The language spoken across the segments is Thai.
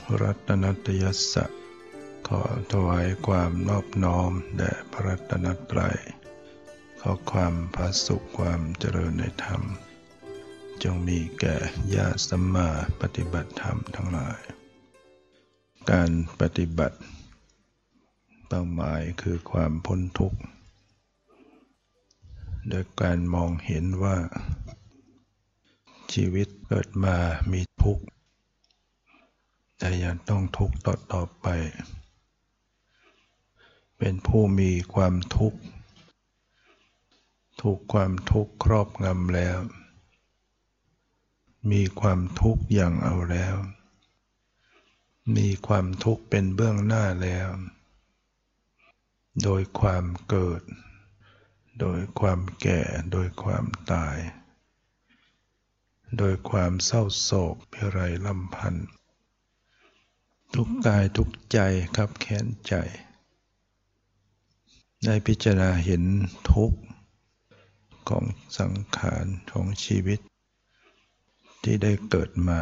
รัตนัตยัสสะขอถวายความนอบน้อมแด่พระรัตนตรัยขอความผาสุขความเจริญในธรรมจงมีแก่ญาติสัมมาปฏิบัติธรรมทั้งหลายการปฏิบัติเป้าหมายคือความพ้นทุกข์โดยการมองเห็นว่าชีวิตเกิดมามีทุกข์แต่ยังต้องทุกข์ต่อไปเป็นผู้มีความทุกข์ถูกความทุกข์ครอบงำแล้วมีความทุกข์อย่างเอาแล้วมีความทุกข์เป็นเบื้องหน้าแล้วโดยความเกิดโดยความแก่โดยความตายโดยความเศร้าโศกพิไรลำพันธ์ทุกกายทุกใจคับแค้นใจได้พิจารณาเห็นทุกข์ของสังขารของชีวิตที่ได้เกิดมา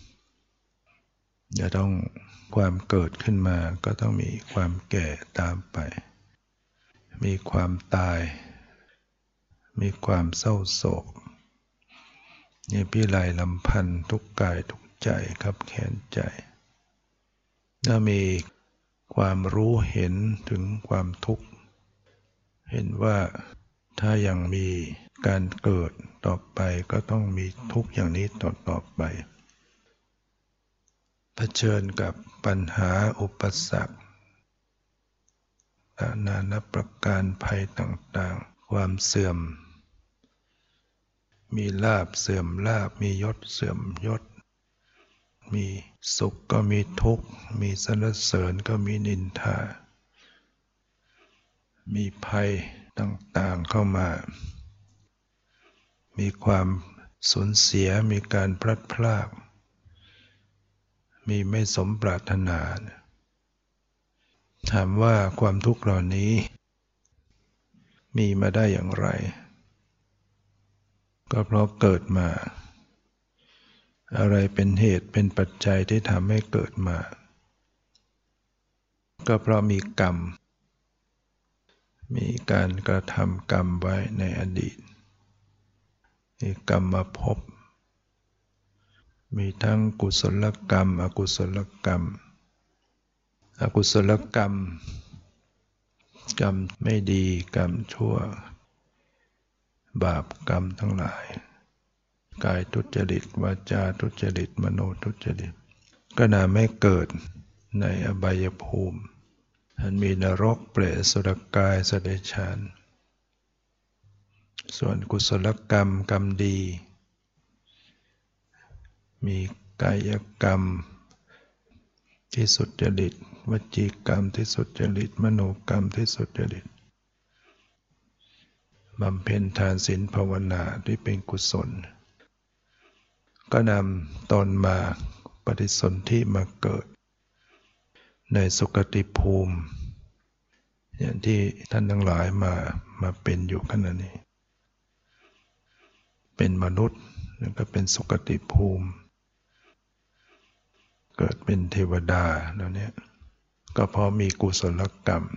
จะต้องความเกิดขึ้นมาก็ต้องมีความแก่ตามไปมีความตายมีความเศร้าโศกนี่พิไรลำพันธ์ทุกกายทุกใจคับแค้นใจถ้ามีความรู้เห็นถึงความทุกข์เห็นว่าถ้ายังมีการเกิดต่อไปก็ต้องมีทุกข์อย่างนี้ต่อไปเผชิญกับปัญหาอุปสรรคนานาประการภัยต่างๆความเสื่อมมีลาภเสื่อมลาภมียศเสื่อมยศมีสุขก็มีทุกข์มีสรรเสริญก็มีนินทามีภัยต่างๆเข้ามามีความสูญเสียมีการพลัดพรากมีไม่สมปรารถนาถามว่าความทุกข์เหล่านี้มีมาได้อย่างไรก็เพราะเกิดมาอะไรเป็นเหตุเป็นปัจจัยที่ทำให้เกิดมาก็เพราะมีกรรมมีการกระทำกรรมไว้ในอดีตมีกรรมมาพบมีทั้งกุศลกรรมอกุศลกรรมอกุศลกรรมกรรมไม่ดีกรรมชั่วบาปกรรมทั้งหลายกายทุจริตวาจาทุจริตมโนทุจริตก็นำให้เกิดในอบายภูมิอันมีนรกเปรตอสุรกายสัตว์เดรัจฉานส่วนกุศลกรรมกรรมดีมีกายกรรมที่สุจริตวจีกรรมที่สุจริตมโนกรรมที่สุจริตบำเพ็ญทานศีลภาวนาที่เป็นกุศลก็นำตนมาปฏิสนธิมาเกิดในสุคติภูมิอย่างที่ท่านทั้งหลายมาเป็นอยู่ขณะนี้เป็นมนุษย์แล้วก็เป็นสุคติภูมิเกิดเป็นเทวดาแล้วเนี่ยก็เพราะมีกุศลกรรม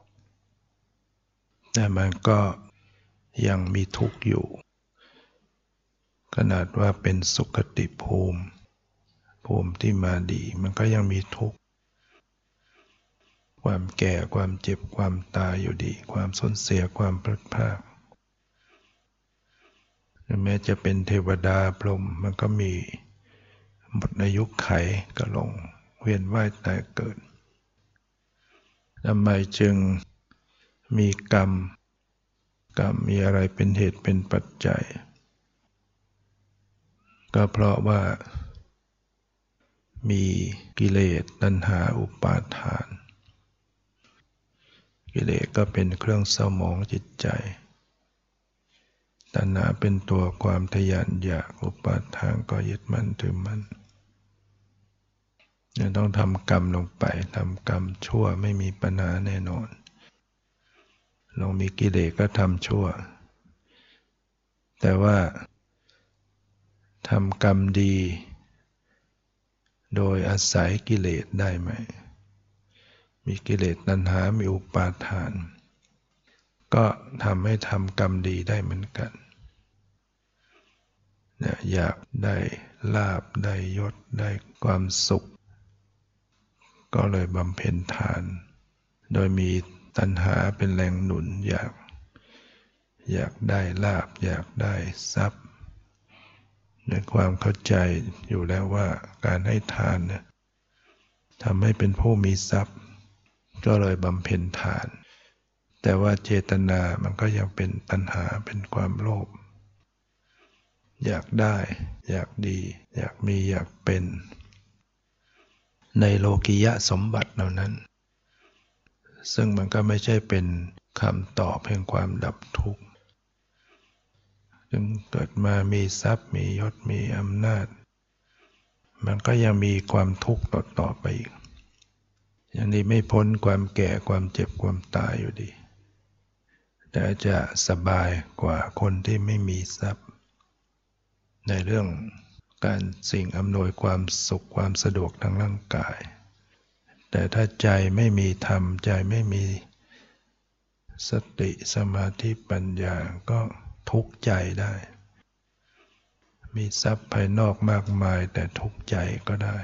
แต่มันก็ยังมีทุกข์อยู่ขนาดว่าเป็นสุคติภูมิที่มาดีมันก็ยังมีทุกข์ความแก่ความเจ็บความตายอยู่ดีความสูญเสียความพลัดพรากแม้จะเป็นเทวดาพรหมมันก็มีหมดอายุไขก็ลงเวียนว่ายตายเกิดทำไมจึงมีกรรมมีอะไรเป็นเหตุเป็นปัจจัยก็เพราะว่ามีกิเลสตัณหาอุปาทานกิเลสก็เป็นเครื่องเศร้าหมองจิตใจตัณหาเป็นตัวความทะยานอยากอุปาทานก็ยึดมั่นถือมั่นยังต้องทำกรรมลงไปทำกรรมชั่วไม่มีปัญหาแน่นอนลองมีกิเลสก็ทำชั่วแต่ว่าทำกรรมดีโดยอาศัยกิเลสได้ไหมมีกิเลสตัณหามีอุปาทานก็ทำให้ทำกรรมดีได้เหมือนกันนะอยากได้ลาภได้ยศได้ความสุขก็เลยบำเพ็ญทานโดยมีตัณหาเป็นแรงหนุนอยากได้ลาภอยากได้ทรัพย์ในความเข้าใจอยู่แล้วว่าการให้ทานเนี่ยทำให้เป็นผู้มีทรัพย์ก็เลยบำเพ็ญทานแต่ว่าเจตนามันก็ยังเป็นตัณหาเป็นความโลภอยากได้อยากดีอยากมีอยากเป็นในโลกิยะสมบัติเหล่านั้นซึ่งมันก็ไม่ใช่เป็นคำตอบแห่งความดับทุกข์จึงเกิดมามีทรัพย์มียศมีอำนาจมันก็ยังมีความทุกข์ต่อไปอีกอย่างนี้ไม่พ้นความแก่ความเจ็บความตายอยู่ดีแต่จะสบายกว่าคนที่ไม่มีทรัพย์ในเรื่องการสิ่งอำนวยความสุขความสะดวกทางร่างกายแต่ถ้าใจไม่มีธรรมใจไม่มีสติสมาธิปัญญาก็ทุกข์ใจได้มีทรัพย์ภายนอกมากมายแต่ทุกข์ใจก็ได้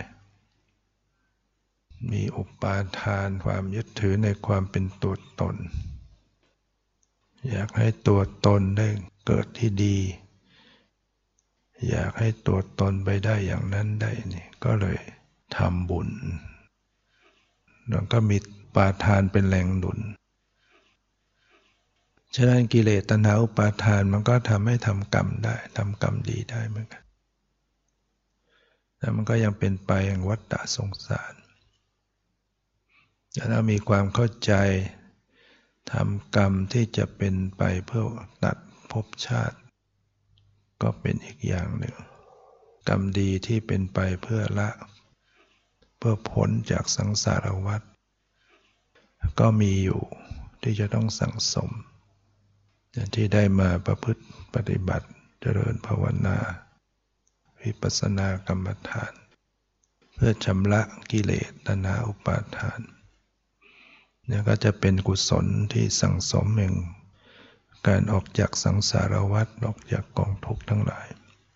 มีอุปาทานความยึดถือในความเป็นตัวตนอยากให้ตัวตนได้เกิดที่ดีอยากให้ตัวตนไปได้อย่างนั้นได้นี่ก็เลยทำบุญแล้วก็มีปาทานเป็นแรงหนุนฉะนั้นกิเลสตัณหาอุปาทานมันก็ทำให้ทำกรรมได้ทำกรรมดีได้เหมือนกันแต่มันก็ยังเป็นไปอย่างวัฏฏะสงสารถ้ามีความเข้าใจทำกรรมที่จะเป็นไปเพื่อตัดภพชาติก็เป็นอีกอย่างหนึ่งกรรมดีที่เป็นไปเพื่อละเพื่อพ้นจากสังสารวัฏก็มีอยู่ที่จะต้องสั่งสมที่ได้มาประพฤติปฏิบัติเจริญภาวนาวิปัสสนากรรมฐานเพื่อชำระกิเลสตัณหาอุปาทานเนี่ยก็จะเป็นกุศลที่สั่งสมแห่งการออกจากสังสารวัฏออกจากกองทุกข์ทั้งหลาย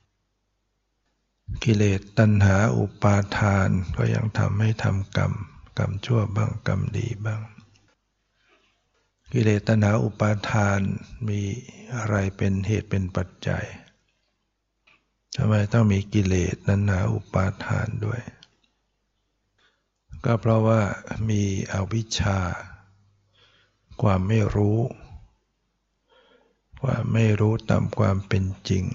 กิเลสตัณหาอุปาทานก็ยังทำให้ทำกรรมชั่วบ้างกรรมดีบ้างกิเลสตัณหาอุปาทานมีอะไรเป็นเหตุเป็นปัจจัยทำไมต้องมีกิเลสตัณหาอุปาทานด้วยก็เพราะว่ามีอวิชชาความไม่รู้ตามความเป็นจริง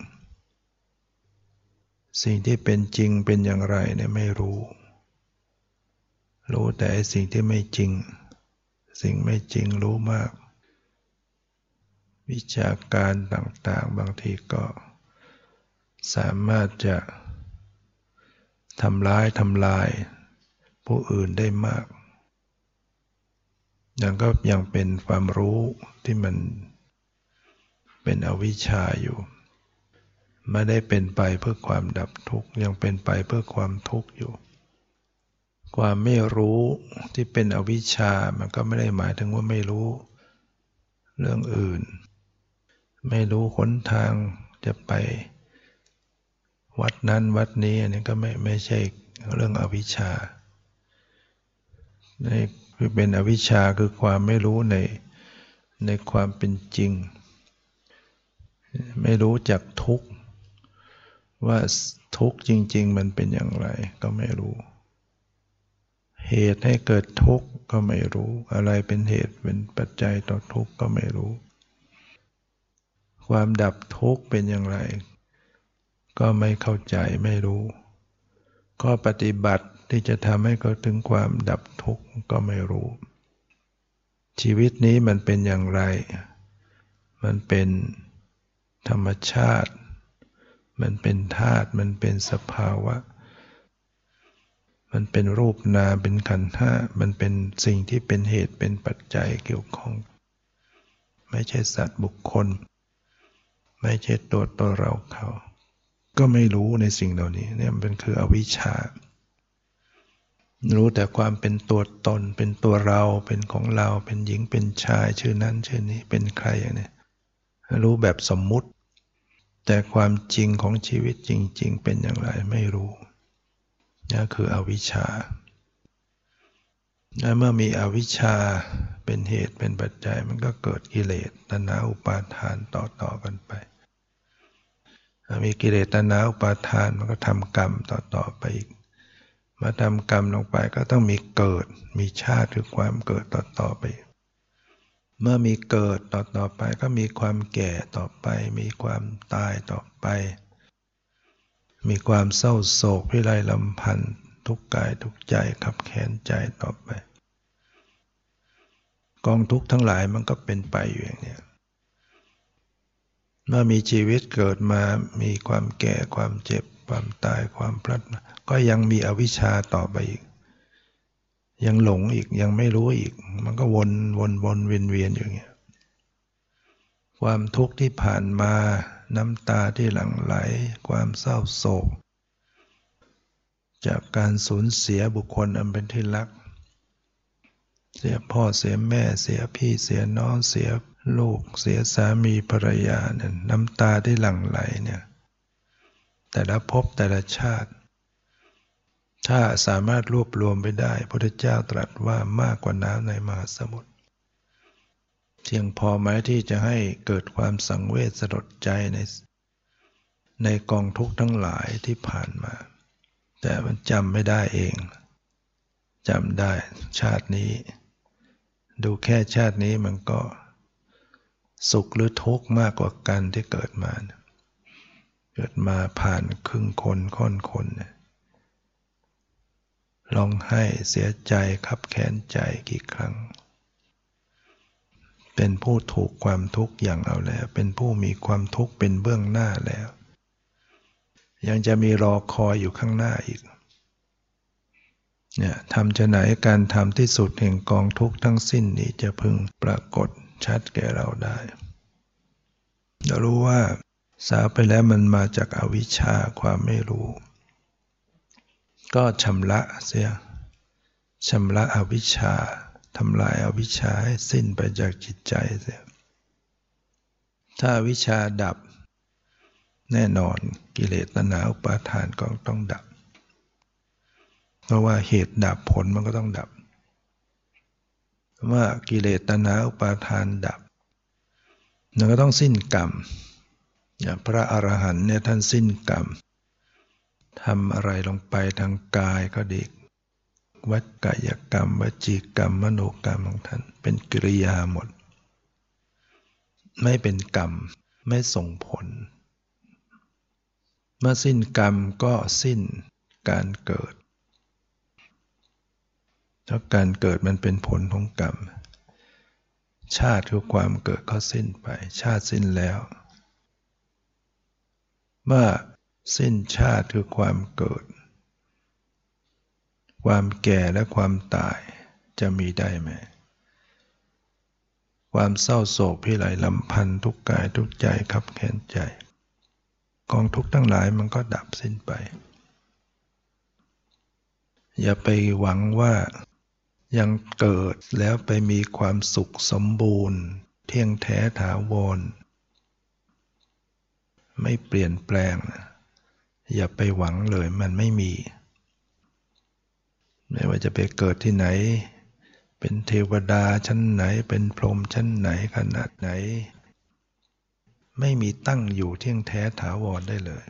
สิ่งที่เป็นจริงเป็นอย่างไรเนี่ยไม่รู้แต่สิ่งที่ไม่จริงสิ่งไม่จริงรู้มากวิชาการต่างๆบางทีก็สามารถจะทำลายผู้อื่นได้มากยังเป็นความรู้ที่มันเป็นอวิชชาอยู่ไม่ได้เป็นไปเพื่อความดับทุกข์ยังเป็นไปเพื่อความทุกข์อยู่ความไม่รู้ที่เป็นอวิชชามันก็ไม่ได้หมายถึงว่าไม่รู้เรื่องอื่นไม่รู้หนทางจะไปวัดนั้นวัดนี้อันนี้ก็ไม่ใช่เรื่องอวิชชาคือเป็นอวิชชาคือความไม่รู้ในความเป็นจริงไม่รู้จักทุกข์ว่าทุกข์จริงๆมันเป็นอย่างไรก็ไม่รู้เหตุให้เกิดทุกข์ก็ไม่รู้อะไรเป็นเหตุเป็นปัจจัยต่อทุกข์ก็ไม่รู้ความดับทุกข์เป็นอย่างไรก็ไม่เข้าใจไม่รู้ข้อปฏิบัติที่จะทำให้เขาถึงความดับทุกข์ก็ไม่รู้ชีวิตนี้มันเป็นอย่างไรมันเป็นธรรมชาติมันเป็นธาตุมันเป็นสภาวะมันเป็นรูปนามเป็นขันธ์ห้ามันเป็นสิ่งที่เป็นเหตุเป็นปัจจัยเกี่ยวข้องไม่ใช่สัตว์บุคคลไม่ใช่ตัวตนเราเขาก็ไม่รู้ในสิ่งเหล่านี้เนี่ยมันคืออวิชชารู้แต่ความเป็นตัวตนเป็นตัวเราเป็นของเราเป็นหญิงเป็นชายชื่อนั้นชื่อนี้เป็นใครอย่างนี้รู้แบบสมมุติแต่ความจริงของชีวิตจริงๆเป็นอย่างไรไม่รู้นั่นคืออวิชชาและเมื่อมีอวิชชาเป็นเหตุเป็นปัจจัยมันก็เกิดกิเลสตัณหาอุปาทานต่อกันไปมีกิเลสตัณหาอุปาทานมันก็ทำกรรมต่อไปอีกมาทำกรรมลงไปก็ต้องมีเกิดมีชาติคือความเกิดต่อไปเมื่อมีเกิดต่อไปก็มีความแก่ต่อไปมีความตายต่อไปมีความเศร้าโศกพิไรลำพันธ์ทุกข์กายทุกข์ใจขับแค้นใจต่อไปกองทุกข์ทั้งหลายมันก็เป็นไปอยู่อย่างนี้เมื่อมีชีวิตเกิดมามีความแก่ความเจ็บความตายความพลัดก็ยังมีอวิชชาต่อไปอีกยังหลงอีกยังไม่รู้อีกมันก็วนเวียนอยู่อย่างเงี้ยความทุกข์ที่ผ่านมาน้ำตาที่หลั่งไหลความเศร้าโศกจากการสูญเสียบุคคลอันเป็นที่รักเสียพ่อเสียแม่เสียพี่เสียน้องเสียลูกเสียสามีภรรยาเนี่ยน้ำตาที่หลั่งไหลเนี่ยแต่ละภพแต่ละชาติถ้าสามารถรวบรวมไปได้พระพุทธเจ้าตรัสว่ามากกว่าน้ำในมหาสมุทรเพียงพอไหมที่จะให้เกิดความสังเวชสลดใจในกองทุกข์ทั้งหลายที่ผ่านมาแต่มันจำไม่ได้เองจำได้ชาตินี้ดูแค่ชาตินี้มันก็สุขหรือทุกข์มากกว่ากันที่เกิดมาผ่านครึ่งคนค่อนคนร้องไห้เสียใจคับแค้นใจกี่ครั้งเป็นผู้ถูกความทุกข์อย่างเอาแล้วเป็นผู้มีความทุกข์เป็นเบื้องหน้าแล้วยังจะมีรอคอยอยู่ข้างหน้าอีกเนี่ยทำจะไหนการทำที่สุดแห่งกองทุกข์ทั้งสิ้นนี้จะพึงปรากฏชัดแก่เราได้เรารู้ว่าสาวไปแล้วมันมาจากอวิชชาความไม่รู้ก็ชำระเสียชำระอวิชชาทำลายอวิชชาให้สิ้นไปจากจิตใจเสียถ้าอวิชชาดับแน่นอนกิเลสตัณหาอุปาทานก็ต้องดับเพราะว่าเหตุดับผลมันก็ต้องดับเมื่อกิเลสตัณหาอุปาทานดับมันก็ต้องสิ้นกรรมอย่างพระอรหันต์เนี่ยท่านสิ้นกรรมทำอะไรลงไปทางกายก็ดีวกายกรรมวจีกรรมมโนกรรมของท่านเป็นกิริยาหมดไม่เป็นกรรมไม่ส่งผลเมื่อสิ้นกรรมก็สิ้นการเกิดเพราะการเกิดมันเป็นผลของกรรมชาติคือความเกิดก็สิ้นไปชาติสิ้นแล้วเมื่อสิ้นชาติคือความเกิดความแก่และความตายจะมีได้ไหมความเศร้าโศกพิไรลำพันธ์ทุกกายทุกใจคับแค้นใจกองทุกข์ทั้งหลายมันก็ดับสิ้นไปอย่าไปหวังว่ายังเกิดแล้วไปมีความสุขสมบูรณ์เที่ยงแท้ถาวรไม่เปลี่ยนแปลงอย่าไปหวังเลยมันไม่มีไม่ว่าจะไปเกิดที่ไหนเป็นเทวดาชั้นไหนเป็นพรหมชั้นไหนขนาดไหนไม่มีตั้งอยู่เที่ยงแท้ถาวรได้เลย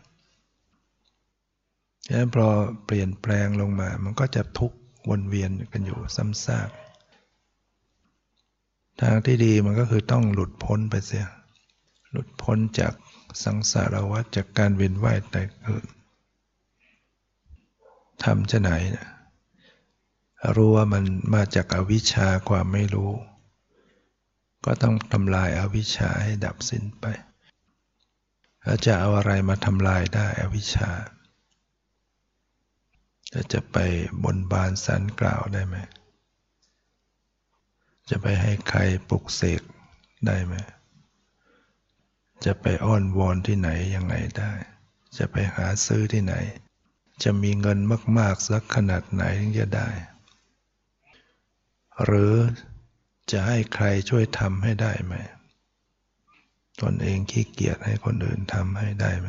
ฉะนั้นพอเปลี่ยนแปลงลงมามันก็จะทุกข์วนเวียนกันอยู่ซ้ำซากทางที่ดีมันก็คือต้องหลุดพ้นไปเสียหลุดพ้นจากสังสารวัฏจากการเวียนว่ายตายเกิดทำจะไหนนะรู้ว่ามันมาจากอวิชชาความไม่รู้ก็ต้องทำลายอวิชชาให้ดับสิ้นไปแล้วจะเอาอะไรมาทำลายได้อวิชชาจะไปบนบานสรรกล่าวได้ไหมจะไปให้ใครปลุกเสกได้ไหมจะไปอ้อนวอนที่ไหนยังไงได้จะไปหาซื้อที่ไหนจะมีเงินมากๆสักขนาดไหนถึงจะได้หรือจะให้ใครช่วยทำให้ได้ไหมตนเองขี้เกียจให้คนอื่นทำให้ได้ไหม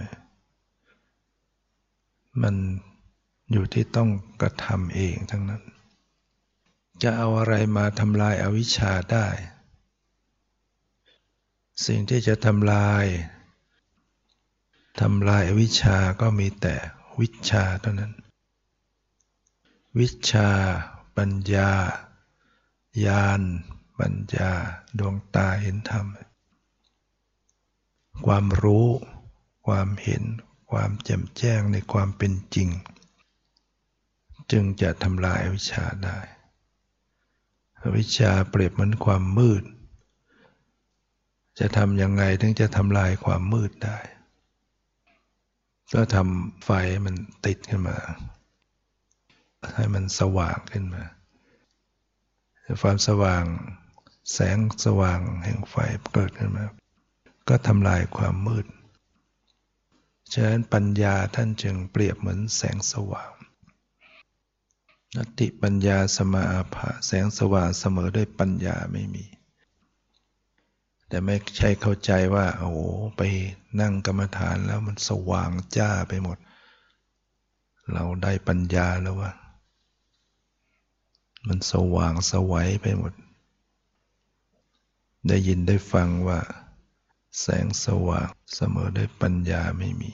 มันอยู่ที่ต้องกระทำเองทั้งนั้นจะเอาอะไรมาทำลายอวิชชาได้สิ่งที่จะทำลายอวิชชาก็มีแต่วิชชาเท่านั้นวิชชาปัญญาญาณปัญญาดวงตาเห็นธรรมความรู้ความเห็นความแจ่มแจ้งในความเป็นจริงจึงจะทำลายอวิชชาได้อวิชชาเปรียบเหมือนความมืดจะทำยังไงถึงจะทำลายความมืดได้ก็ทำไฟมันติดขึ้นมาให้มันสว่างขึ้นมาความสว่างแสงสว่างแห่งไฟเกิดขึ้นมาก็ทำลายความมืดฉะนั้นปัญญาท่านจึงเปรียบเหมือนแสงสว่างนัตติปัญญาสมาอาภาแสงสว่างเสมอด้วยปัญญาไม่มีแต่ไม่ใช่เข้าใจว่าโอ้โหไปนั่งกรรมฐานแล้วมันสว่างจ้าไปหมดเราได้ปัญญาแล้วว่ามันสว่างสวัยไปหมดได้ยินได้ฟังว่าแสงสว่างเสมอด้วยปัญญาไม่มี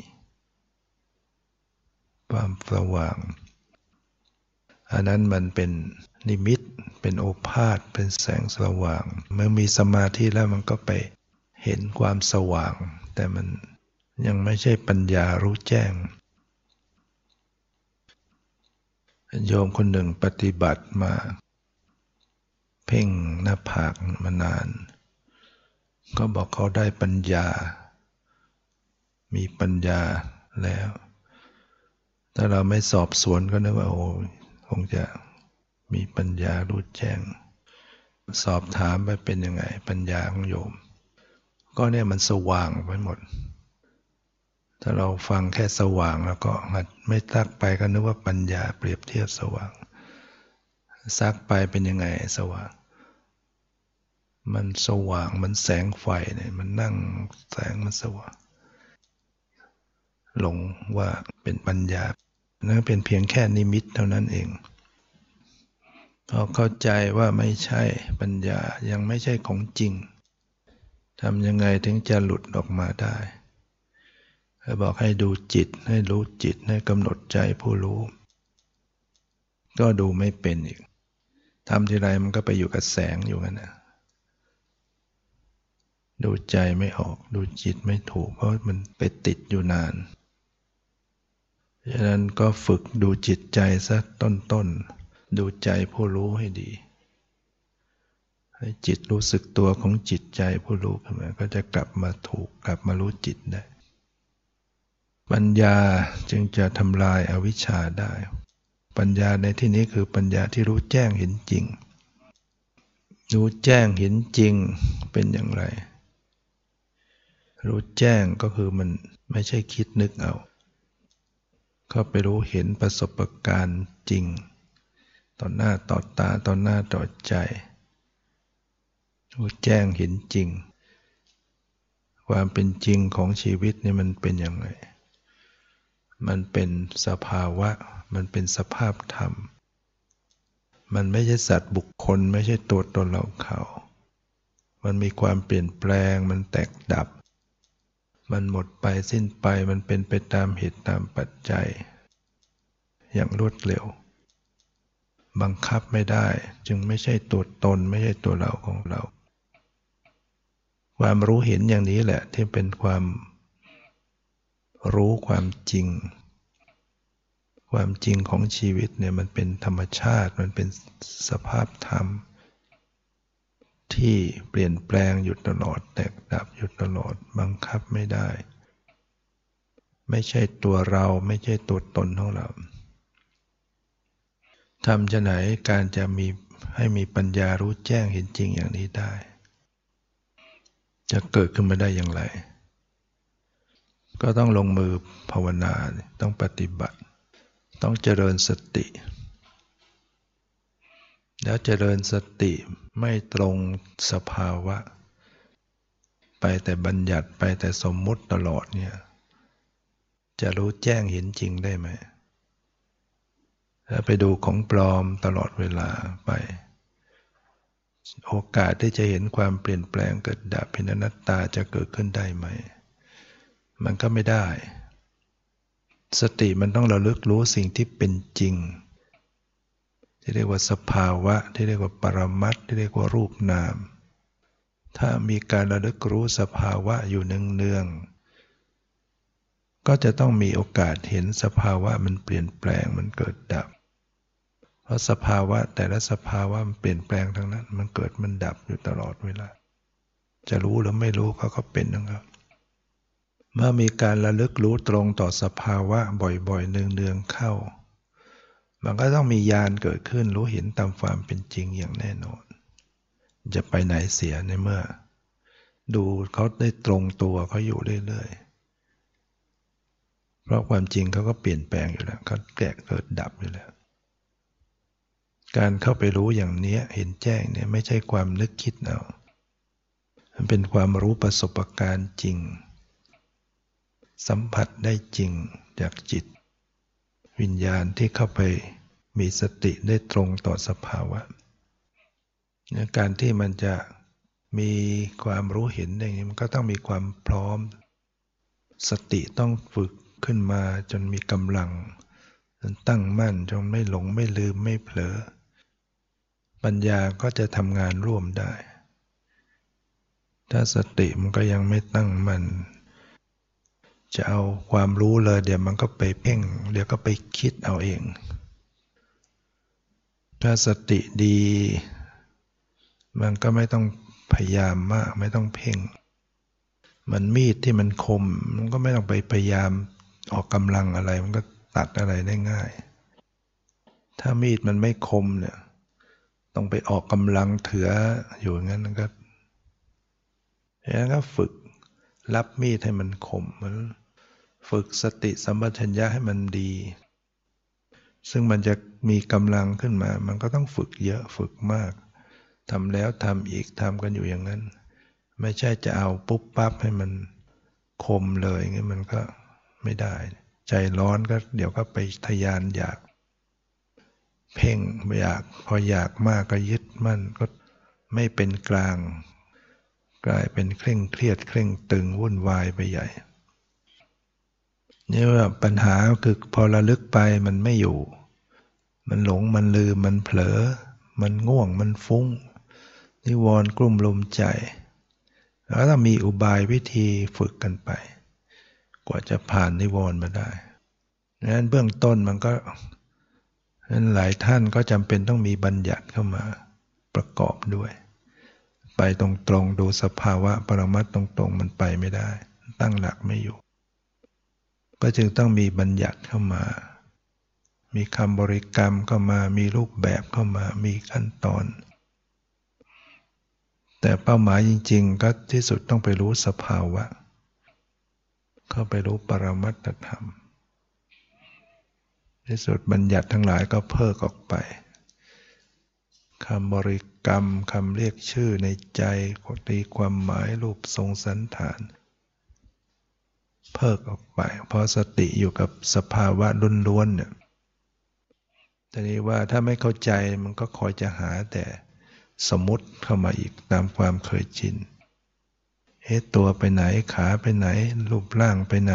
ความสว่างอันนั้นมันเป็นนิมิตเป็นโอภาสเป็นแสงสว่างเมื่อมีสมาธิแล้วมันก็ไปเห็นความสว่างแต่มันยังไม่ใช่ปัญญารู้แจ้งโยมคนหนึ่งปฏิบัติมาเพ่งหน้าผากมานานก็บอกเขาได้ปัญญามีปัญญาแล้วถ้าเราไม่สอบสวนก็นึกว่าโอ้คงจะมีปัญญารู้แจ้งสอบถามไปเป็นยังไงปัญญาของโยมก็เนี่ยมันสว่างไปหมดถ้าเราฟังแค่สว่างแล้วก็ไม่ซักไปก็นึกว่าปัญญาเปรียบเทียบสว่างซักไปเป็นยังไงสว่างมันสว่างมันแสงไฟเนี่ยมันนั่งแสงมันสว่างหลงว่าเป็นปัญญานั่นเป็นเพียงแค่นิมิตเท่านั้นเองพอเข้าใจว่าไม่ใช่ปัญญายังไม่ใช่ของจริงทำยังไงถึงจะหลุดออกมาได้ให้บอกให้ดูจิตให้รู้จิตให้กำหนดใจผู้รู้ก็ดูไม่เป็นอีกทำทีไรมันก็ไปอยู่กับแสงอยู่งั้นนะดูใจไม่ออกดูจิตไม่ถูกเพราะมันไปติดอยู่นานฉะนั้นก็ฝึกดูจิตใจซะต้นดูใจผู้รู้ให้ดีให้จิตรู้สึกตัวของจิตใจผู้รู้ขึ้นมาก็จะกลับมาถูกกลับมารู้จิตได้ปัญญาจึงจะทำลายอวิชชาได้ปัญญาในที่นี้คือปัญญาที่รู้แจ้งเห็นจริงรู้แจ้งเห็นจริงเป็นอย่างไรรู้แจ้งก็คือมันไม่ใช่คิดนึกเอาเข้าไปรู้เห็นประสบการณ์จริงต่อหน้าต่อตาต่อหน้าต่อใจรู้แจ้งเห็นจริงความเป็นจริงของชีวิตนี่มันเป็นอย่างไรมันเป็นสภาวะมันเป็นสภาพธรรมมันไม่ใช่สัตว์บุคคลไม่ใช่ตัวตนเราเขามันมีความเปลี่ยนแปลงมันแตกดับมันหมดไปสิ้นไปมันเป็นไปตามเหตุตามปัจจัยอย่างรวดเร็วบังคับไม่ได้จึงไม่ใช่ตัวตนไม่ใช่ตัวเราของเราความรู้เห็นอย่างนี้แหละที่เป็นความรู้ความจริงของชีวิตเนี่ยมันเป็นธรรมชาติมันเป็นสภาพธรรมที่เปลี่ยนแปลงอยู่ตลอดแตกดับอยู่ตลอดบังคับไม่ได้ไม่ใช่ตัวเราไม่ใช่ตัวตนของเราทำจะไหนการจะให้มีปัญญารู้แจ้งเห็นจริงอย่างนี้ได้จะเกิดขึ้นมาได้อย่างไรก็ต้องลงมือภาวนาต้องปฏิบัติต้องเจริญสติแล้วเจริญสติไม่ตรงสภาวะไปแต่บัญญัติไปแต่สมมุติตลอดเนี่ยจะรู้แจ้งเห็นจริงได้ไหมถ้าไปดูของปลอมตลอดเวลาไปโอกาสที่จะเห็นความเปลี่ยนแปลงเกิดดับเป็นอนัตตาจะเกิดขึ้นได้ไหมมันก็ไม่ได้สติมันต้องระลึกรู้สิ่งที่เป็นจริงที่เรียกว่าสภาวะที่เรียกว่าปรมัตถ์ที่เรียกว่ารูปนามถ้ามีการระลึกรู้สภาวะอยู่เนืองๆก็จะต้องมีโอกาสเห็นสภาวะมันเปลี่ยนแปลงมันเกิดดับเพราะสภาวะแต่ละสภาวะมันเปลี่ยนแปลงทั้งนั้นมันเกิดมันดับอยู่ตลอดเวลาจะรู้หรือไม่รู้เขาก็เป็นนะครับเมื่อมีการระลึกรู้ตรงต่อสภาวะบ่อยๆเนืองๆเข้ามันก็ต้องมีญาณเกิดขึ้นรู้เห็นตามความเป็นจริงอย่างแน่นอนจะไปไหนเสียในเมื่อดูเขาได้ตรงตัวเขาอยู่เรื่อยๆเพราะความจริงเขาก็เปลี่ยนแปลงอยู่แล้วเขาแก่เกิดดับอยู่แล้วการเข้าไปรู้อย่างนี้เห็นแจ้งเนี่ยไม่ใช่ความนึกคิดเอามันเป็นความรู้ประสบการณ์จริงสัมผัสได้จริงจากจิตวิญญาณที่เข้าไปมีสติได้ตรงต่อสภาวะการที่มันจะมีความรู้เห็นอย่างนี้มันก็ต้องมีความพร้อมสติต้องฝึกขึ้นมาจนมีกำลังจนตั้งมั่นจนไม่หลงไม่ลืมไม่เผลอปัญญาก็จะทำงานร่วมได้ถ้าสติมันก็ยังไม่ตั้งมั่นจะเอาความรู้เลยเดี๋ยวมันก็ไปเพ่งเดี๋ยวก็ไปคิดเอาเองถ้าสติดีมันก็ไม่ต้องพยายามมากไม่ต้องเพ่งมันมีดที่มันคมมันก็ไม่ต้องไปพยายามออกกำลังอะไรมันก็ตัดอะไรได้ง่ายถ้ามีดมันไม่คมเนี่ยต้องไปออกกำลังเถืออยู่งั้นก็แล้วก็ฝึกรับมีดให้มันคมเหมือนฝึกสติสัมปชัญญะให้มันดีซึ่งมันจะมีกำลังขึ้นมามันก็ต้องฝึกเยอะฝึกมากทำแล้วทำอีกทำกันอยู่อย่างนั้นไม่ใช่จะเอาปุ๊บปั๊บให้มันคมเลยงี้มันก็ไม่ได้ใจร้อนก็เดี๋ยวก็ไปทะยานอยากเพ่งอยากพออยากมากก็ยึดมั่นก็ไม่เป็นกลางกลายเป็นเคร่งเครียดเคร่งตึงวุ่นวายไปใหญ่นี่ว่าปัญหาคือพอระลึกไปมันไม่อยู่มันหลงมันลืมมันเผลอมันง่วงมันฟุ้งนิวรณ์กลุ่มลุมใจแล้วต้องมีอุบายวิธีฝึกกันไปกว่าจะผ่านนิวรณ์มาได้ดังนั้นเบื้องต้นมันก็หลายท่านก็จำเป็นต้องมีบัญญัติเข้ามาประกอบด้วยไปตรงๆดูสภาวะปรมัตถ์ตรงๆมันไปไม่ได้ตั้งหลักไม่อยู่ก็จึงต้องมีบัญญัติเข้ามามีคำบริกรรมเข้ามามีรูปแบบเข้ามามีขั้นตอนแต่เป้าหมายจริงๆก็ที่สุดต้องไปรู้สภาวะเข้าไปรู้ปรมัตถธรรมที่สุดบัญญัติทั้งหลายก็เพิกออกไปคำบริกรรมคำเรียกชื่อในใจตีความหมายรูปทรงสันฐานเพิกออกไปเพราะสติอยู่กับสภาวะล้วนๆเนี่ยแต่นี้ว่าถ้าไม่เข้าใจมันก็คอยจะหาแต่สมมุติเข้ามาอีกตามความเคยชินตัวไปไหนขาไปไหนรูปร่างไปไหน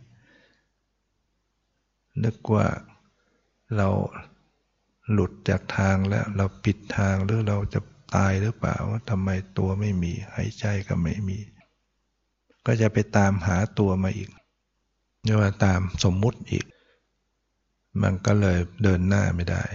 นึกว่าเราหลุดจากทางแล้วเราปิดทางหรือเราจะตายหรือเปล่าว่าทำไมตัวไม่มีหายใจก็ไม่มีก็จะไปตามหาตัวมาอีกเรียกว่าตามสมมุติอีกมันก็เลยเดินหน้าไม่ได้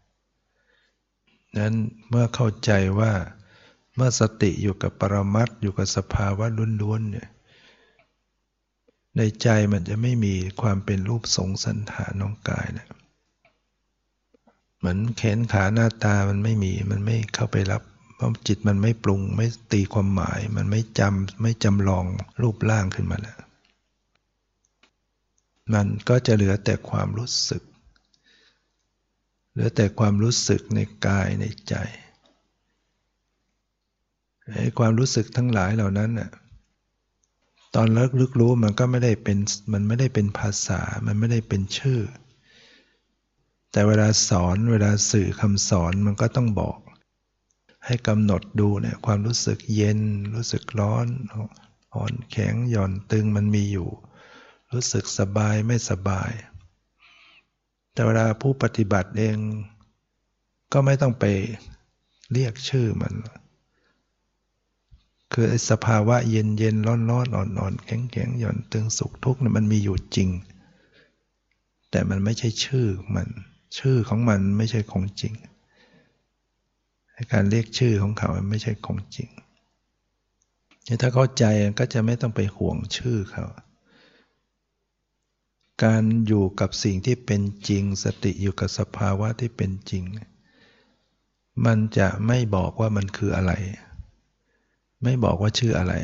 นั้นเมื่อเข้าใจว่าเมื่อสติอยู่กับปรมัตถ์อยู่กับสภาวะล้วนๆเนี่ยในใจมันจะไม่มีความเป็นรูปทรงสันฐานของกายนะเหมือนแขนขาหน้าตามันไม่มีมันไม่เข้าไปรับเพราะจิตมันไม่ปรุงไม่ตีความหมายมันไม่จำลองรูปร่างขึ้นมาแล้วมันก็จะเหลือแต่ความรู้สึกเหลือแต่ความรู้สึกในกายในใจไอ้ความรู้สึกทั้งหลายเหล่านั้นน่ะตอนลึกรู้มันก็ไม่ได้เป็นมันไม่ได้เป็นภาษามันไม่ได้เป็นชื่อแต่เวลาสอนเวลาสื่อคำสอนมันก็ต้องบอกให้กำหนดดูเนี่ยความรู้สึกเย็นรู้สึกร้อนอ่อนแข็งหย่อนตึงมันมีอยู่รู้สึกสบายไม่สบายแต่เวลาผู้ปฏิบัติเองก็ไม่ต้องไปเรียกชื่อมันคือสภาวะเย็นเย็นร้อนร้อนอ่อนอ่อนแข็งแข็งหย่อนตึงสุขทุกข์เนี่ยมันมีอยู่จริงแต่มันไม่ใช่ชื่อมันชื่อของมันไม่ใช่ของจริงการเรียกชื่อของเขามันไม่ใช่ของจริงถ้าเข้าใจก็จะไม่ต้องไปห่วงชื่อเขาการอยู่กับสิ่งที่เป็นจริงสติอยู่กับสภาวะที่เป็นจริงมันจะไม่บอกว่ามันคืออะไรไม่บอกว่าชื่ออะไร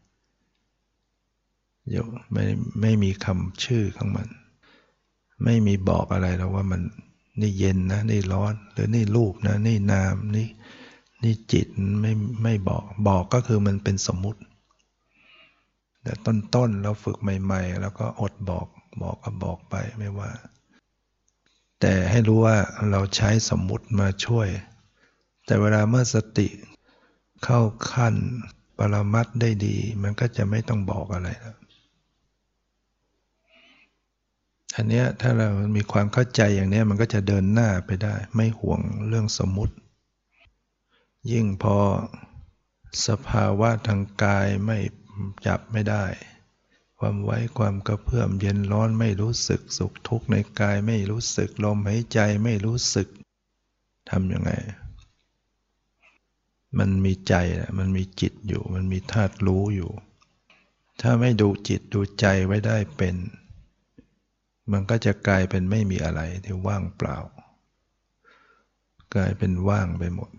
เดี๋ยวไม่มีคำชื่อของมันไม่มีบอกอะไรแล้วว่ามันนี่เย็นนะนี่ร้อนหรือนี่รูปนะนี่นามนี่จิตไม่บอกก็คือมันเป็นสมมุติแต่ต้นเราฝึกใหม่ๆแล้วก็อดบอกก็บอกไปไม่ว่าแต่ให้รู้ว่าเราใช้สมมุติมาช่วยแต่เวลาเมื่อสติเข้าขั้นปรมัตถ์ได้ดีมันก็จะไม่ต้องบอกอะไรแล้วอันเนี้ยถ้าเรามีความเข้าใจอย่างนี้มันก็จะเดินหน้าไปได้ไม่ห่วงเรื่องสมมุติยิ่งพอสภาวะทางกายไม่จับไม่ได้ความไว้ความกระเพื่อมเย็นร้อนไม่รู้สึกสุขทุกข์ในกายไม่รู้สึกลมหายใจไม่รู้สึกทำยังไงมันมีใจมันมีจิตอยู่มันมีธาตุรู้อยู่ถ้าไม่ดูจิตดูใจไว้ได้เป็นมันก็จะกลายเป็นไม่มีอะไรที่ว่างเปล่ากลายเป็นว่างไปหมด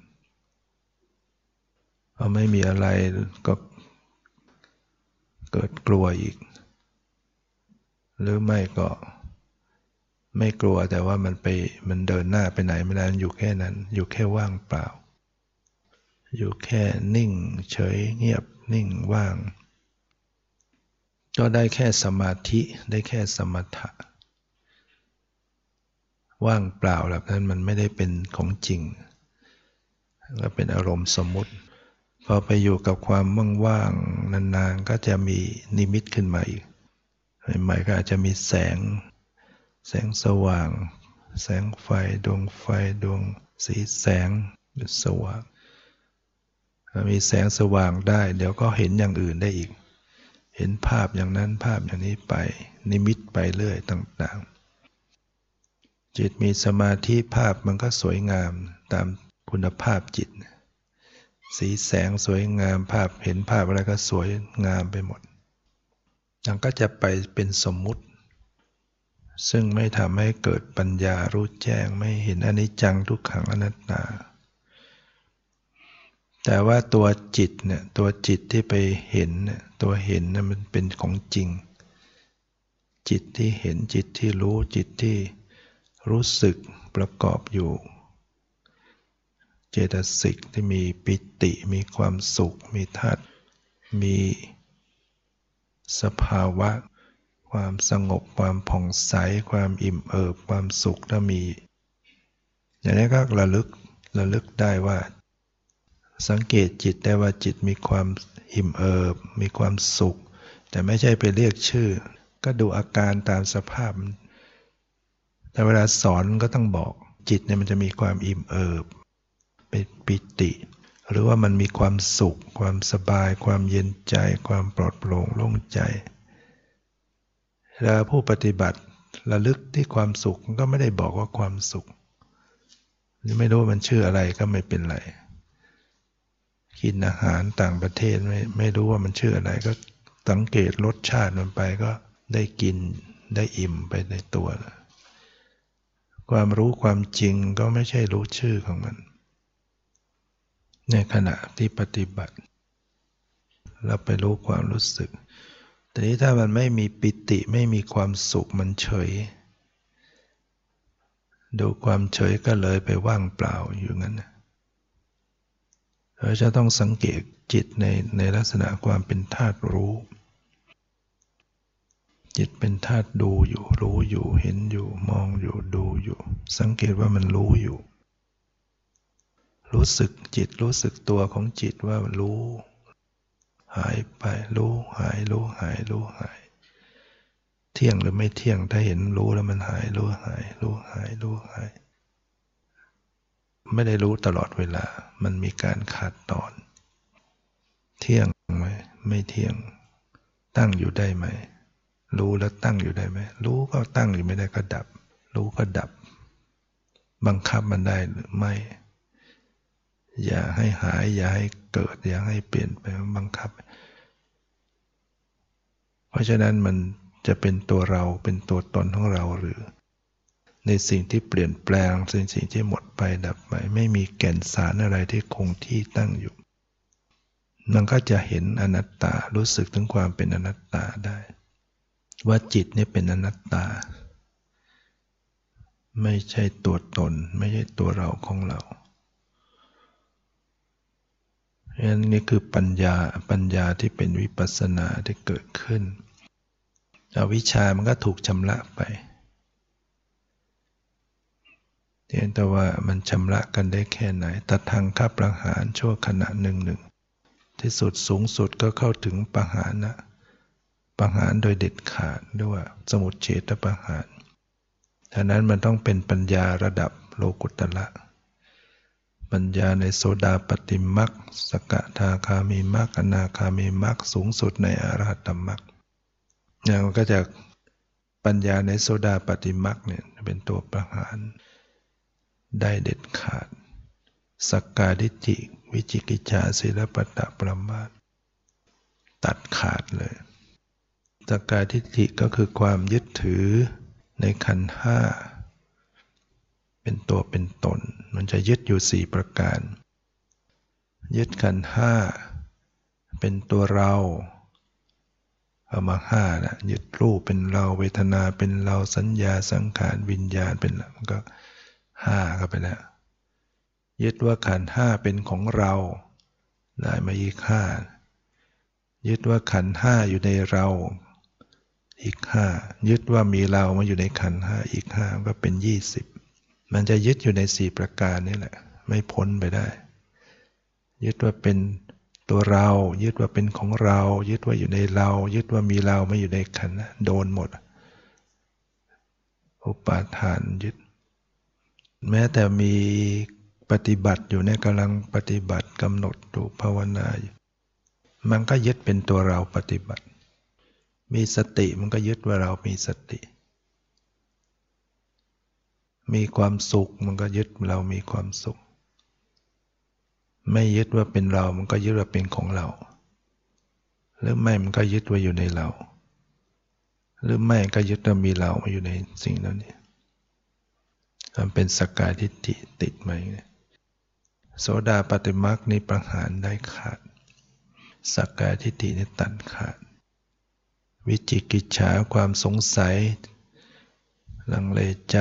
พอไม่มีอะไรก็เกิดกลัวอีกหรือไม่ก็ไม่กลัวแต่ว่ามันเดินหน้าไปไหนไม่ได้อยู่แค่นั้นอยู่แค่ว่างเปล่าอยู่แค่นิ่งเฉยเงียบนิ่งว่างก็ได้แค่สมาธิได้แค่สมถะว่างเปล่าแบบนั้นมันไม่ได้เป็นของจริงก็เป็นอารมณ์สมมุติพอไปอยู่กับความว่างๆนานๆก็จะมีนิมิตขึ้นมาอีกใหม่ๆก็อาจจะมีแสงสว่างแสงไฟดวงไฟดวงสีแสงสว่างมีแสงสว่างได้เดี๋ยวก็เห็นอย่างอื่นได้อีกเห็นภาพอย่างนั้นภาพอย่างนี้ไปนิมิตไปเรื่อยต่างๆจิตมีสมาธิภาพมันก็สวยงามตามคุณภาพจิตสีแสงสวยงามภาพเห็นภาพอะไรก็สวยงามไปหมดมันก็จะไปเป็นสมมุติซึ่งไม่ทำให้เกิดปัญญารู้แจ้งไม่เห็นอนิจจังทุกขังอนัตตาแต่ว่าตัวจิตเนี่ยตัวจิตที่ไปเห็นเนี่ยตัวเห็นเนี่ยมันเป็นของจริงจิตที่เห็นจิตที่รู้จิตที่รู้สึกประกอบอยู่เจตสิกที่มีปิติมีความสุขมีธาตุมีสภาวะความสงบความผ่องใสความอิ่มเอิบความสุขถ้ามีอย่างนี้ก็ระลึกได้ว่าสังเกตจิตได้ว่าจิตมีความอิ่มเอิบมีความสุขแต่ไม่ใช่ไปเรียกชื่อก็ดูอาการตามสภาพแต่เวลาสอนก็ต้องบอกจิตเนี่ยมันจะมีความอิ่มเอิบเป็นปิติหรือว่ามันมีความสุขความสบายความเย็นใจความปลอดโปร่งโล่งใจแล้วผู้ปฏิบัติระลึกที่ความสุขก็ไม่ได้บอกว่าความสุขไม่รู้มันชื่ออะไรก็ไม่เป็นไรกินอาหารต่างประเทศไม่รู้ว่ามันชื่ออะไรก็สังเกตรสชาติมันไปก็ได้กินได้อิ่มไปในตัวความรู้ความจริงก็ไม่ใช่รู้ชื่อของมันในขณะที่ปฏิบัติเราไปรู้ความรู้สึกแต่นี้ถ้ามันไม่มีปิติไม่มีความสุขมันเฉยดูความเฉยก็เลยไปว่างเปล่าอยู่งั้นเราจะต้องสังเกตจิตในลักษณะความเป็นธาตุรู้จิตเป็นธาตุดูอยู่รู้อยู่เห็นอยู่มองอยู่ดูอยู่สังเกตว่ามันรู้อยู่รู้สึกจิตรู้สึกตัวของจิตว่ารู้หายไปรู้หายรู้หายรู้หายเที่ยงหรือไม่เที่ยงถ้าเห็นรู้แล้วมันหายรู้หายรู้หายรู้หายไม่ได้รู้ตลอดเวลามันมีการขาดตอนเที่ยงไหมไม่เที่ยงตั้งอยู่ได้ไหมรู้แล้วตั้งอยู่ได้ไหมรู้ก็ตั้งอยู่ไม่ได้ก็ดับรู้ก็ดับบังคับมันได้หรือไม่อย่าให้หายอย่าให้เกิดอย่าให้เปลี่ยนไปบังคับเพราะฉะนั้นมันจะเป็นตัวเราเป็นตัวตนของเราหรือในสิ่งที่เปลี่ยนแปลงสิ่งที่หมดไปดับไปไม่มีแก่นสารอะไรที่คงที่ตั้งอยู่มันก็จะเห็นอนัตตารู้สึกถึงความเป็นอนัตตาได้ว่าจิตนี่เป็นอนัตตาไม่ใช่ตัวตนไม่ใช่ตัวเราของเรานี่คือปัญญาที่เป็นวิปัสสนาที่เกิดขึ้นอวิชชามันก็ถูกชำระไปแต่ว่ามันชำระกันได้แค่ไหนตัดทางข้าประหารชั่วขณะหนึ่งที่สุดสูงสุดก็เข้าถึงปหานะประหารโดยเด็ดขาดด้วยว่าสมุจเฉทประหารฉะนั้นมันต้องเป็นปัญญาระดับโลกุตระปัญญาในโสดาปัตติมรรคสกทาคามีมรรคอนาคามีมรรคสูงสุดในอรหัตตมรรคเนี่ยมันก็จะปัญญาในโสดาปัตติมรรคเนี่ยเป็นตัวประหารได้เด็ดขาดสักกาทิฏฐิวิจิกิจฉาศีลปัตตปรามาสตัดขาดเลยสักกาทิฏฐิก็คือความยึดถือในขันธ์ห้าเป็นตัวเป็นตนมันจะยึดอยู่4ประการยึดขันธ์ห้าเป็นตัวเราเอามาห้านะยึดรูปเป็นเราเวทนาเป็นเราสัญญาสังขารวิญญาณเป็นเรามันก็ห้าเข้าไปแล้วยึดว่าขันธ์ห้าเป็นของเราได้มาอีกห้ายึดว่าขันธ์ห้าอยู่ในเราอีกห้ายึดว่ามีเรามาอยู่ในขันธ์ห้าอีกห้าก็เป็น20มันจะยึดอยู่ใน4ประการนี่แหละไม่พ้นไปได้ยึดว่าเป็นตัวเรายึดว่าเป็นของเรายึดว่าอยู่ในเรายึดว่ามีเรามาอยู่ในขันธ์โดนหมดอุปาทานยึดแม้แต่มีปฏิบัติอยู่ในกำลังปฏิบัติกำหนดดูภาวนามันก็ยึดเป็นตัวเราปฏิบัติมีสติมันก็ยึดว่าเรามีสติมีความสุขมันก็ยึดเรามีความสุขไม่ยึดว่าเป็นเรามันก็ยึดว่าเป็นของเราหรือไม่มันก็ยึดว่าอยู่ในเราหรือไม่ก็ยึดว่ามีเรามาอยู่ในสิ่งนั้นนี่มันเป็นสักกายทิฏฐิติดไหมโสดาปัตติมรรคนี้ประหารได้ขาดสักกายทิฏฐินี้ตัดขาดวิจิกิจฉาความสงสัยลังเลใจ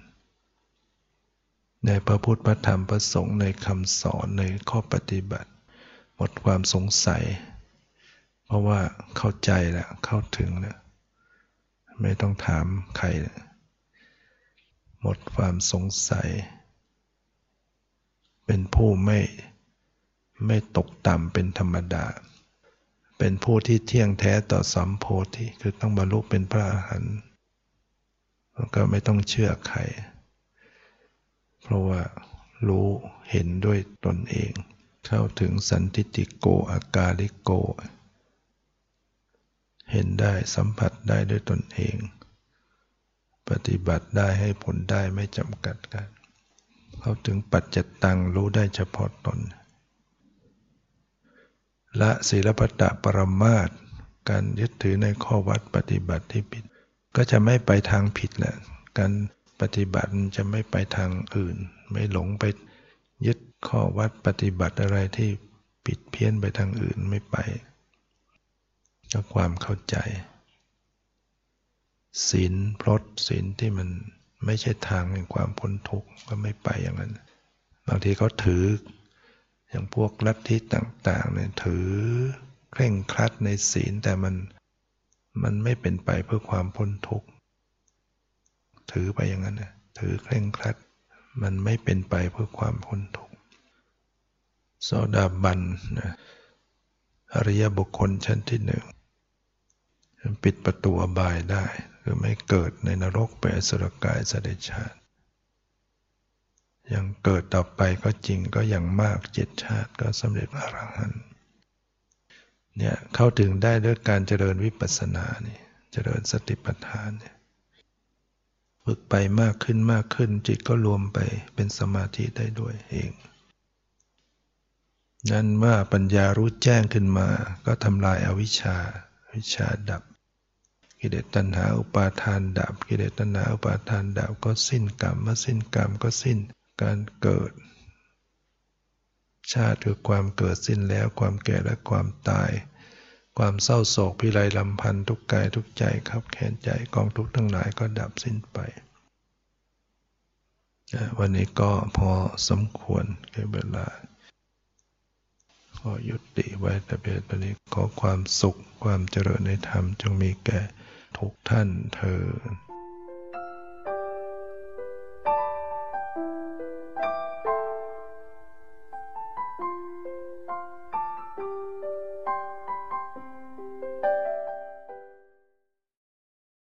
ในพระพุทธพระธรรมพระสงฆ์ในคำสอนในข้อปฏิบัติหมดความสงสัยเพราะว่าเข้าใจแล้วเข้าถึงแล้วไม่ต้องถามใครหมดความสงสัยเป็นผู้ไม่ตกต่ำเป็นธรรมดาเป็นผู้ที่เที่ยงแท้ต่อสัมโพธิคือต้องบรรลุเป็นพระอรหันต์แล้วก็ไม่ต้องเชื่อใครเพราะว่ารู้เห็นด้วยตนเองเข้าถึงสันทิฏฐิโกอากาลิโกเห็นได้สัมผัสได้ด้วยตนเองปฏิบัติได้ให้ผลได้ไม่จำกัดกันเข้าถึงปัจจตังรู้ได้เฉพาะตนละศีลปตปรมาสการยึดถือในข้อวัดปฏิบัติที่ผิดก็จะไม่ไปทางผิดแหละการปฏิบัติจะไม่ไปทางอื่นไม่หลงไปยึดข้อวัดปฏิบัติอะไรที่ผิดเพี้ยนไปทางอื่นไม่ไปก็ความเข้าใจศีลพรตศีลที่มันไม่ใช่ทางแห่งความพ้นทุกข์ก็ไม่ไปอย่างนั้นบางทีเขาถืออย่างพวกลัทธิต่างๆเนี่ยถือเคร่งครัดในศีลแต่มันไม่เป็นไปเพื่อความพ้นทุกข์ถือไปอย่างนั้นนะถือเคร่งครัดมันไม่เป็นไปเพื่อความพ้นทุกข์โสดาบันนะอริยบุคคลชั้นที่หนึ่งปิดประตูอบายได้คือไม่เกิดในนรกเป็นอสุรกายสัตว์เดรัจฉานยังเกิดต่อไปก็จริงก็อย่างมาก7 ชาติก็สำเร็จอรหันต์เนี่ยเข้าถึงได้ด้วยการเจริญวิปัสสนานี่เจริญสติปัฏฐานเนี่ยฝึกไปมากขึ้นมากขึ้นจิตก็รวมไปเป็นสมาธิได้ด้วยเองนั้นเมื่อปัญญารู้แจ้งขึ้นมาก็ทำลายอวิชชาวิชชาดับกิเลสตัณหาอุปาทานดับกิเลสตัณหาอุปาทานดับก็สิ้นกรรมเมื่อสิ้นกรรมก็สิ้นการเกิดชาติคือความเกิดสิ้นแล้วความแก่และความตายความเศร้าโศกพิไรลำพันธ์ทุกกายทุกใจขับแค้นใจกองทุกข์ทั้งหลายก็ดับสิ้นไปวันนี้ก็พอสมควรแก่เวลาขอยุติไว้แต่เพียงเท่านี้ขอความสุขความเจริญในธรรมจงมีแก่ทุกท่านเทอญ